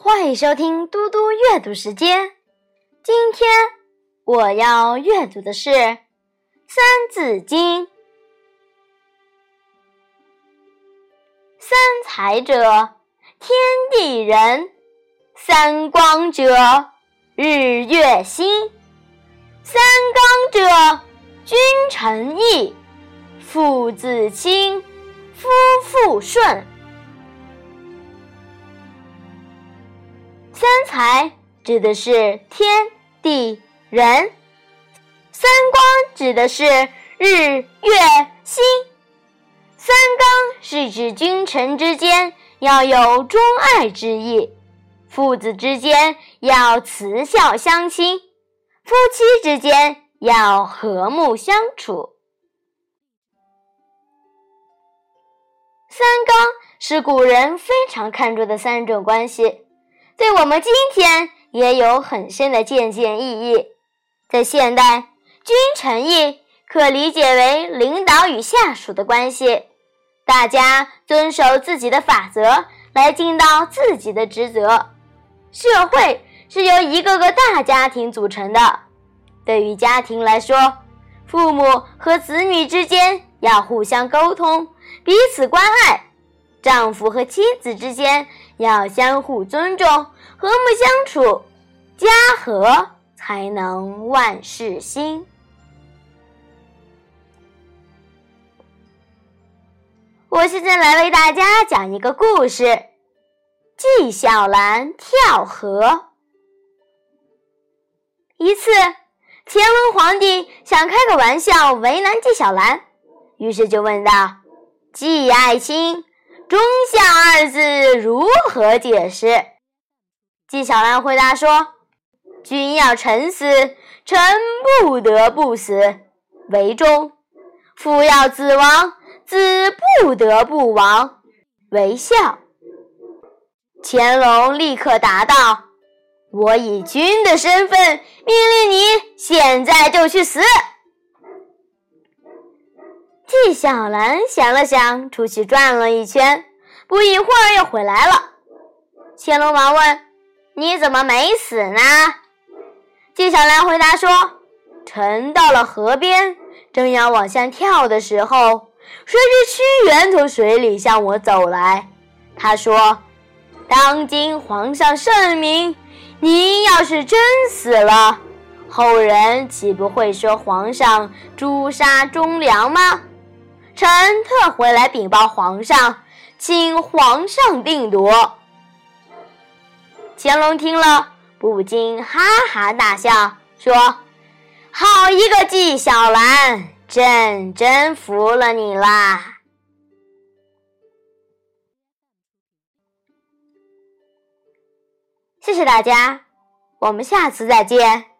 欢迎收听嘟嘟阅读时间。今天我要阅读的是《三字经》。三才者，天地人；三光者，日月星；三纲者，君臣义；父子亲，夫妇顺。三才指的是天地人，三光指的是日月星，三纲是指君臣之间要有忠爱之意，父子之间要慈孝相亲，夫妻之间要和睦相处。三纲是古人非常看重的三种关系，对我们今天也有很深的借鉴意义。在现代，君臣义可理解为领导与下属的关系，大家遵守自己的法则来尽到自己的职责。社会是由一个个大家庭组成的，对于家庭来说，父母和子女之间要互相沟通，彼此关爱；丈夫和妻子之间要相互尊重，和睦相处，家和才能万事兴。我现在来为大家讲一个故事：纪晓岚跳河。一次，乾隆皇帝想开个玩笑为难纪晓岚，于是就问道：纪爱卿，忠孝二字如何解释？纪晓岚回答说：君要臣死，臣不得不死，为忠；父要子亡，子不得不亡，为孝。乾隆立刻答道：我以君的身份命令你现在就去死。纪晓岚想了想，出去转了一圈，不一会儿又回来了。乾隆忙问：你怎么没死呢？纪晓岚回答说：臣到了河边，正要往下跳的时候，谁知屈原从水里向我走来。他说：当今皇上圣明，您要是真死了，后人岂不会说皇上诛杀忠良吗？臣特回来禀报皇上，请皇上定夺。乾隆听了，不禁哈哈大笑，说：好一个纪晓岚，朕真服了你啦！谢谢大家，我们下次再见。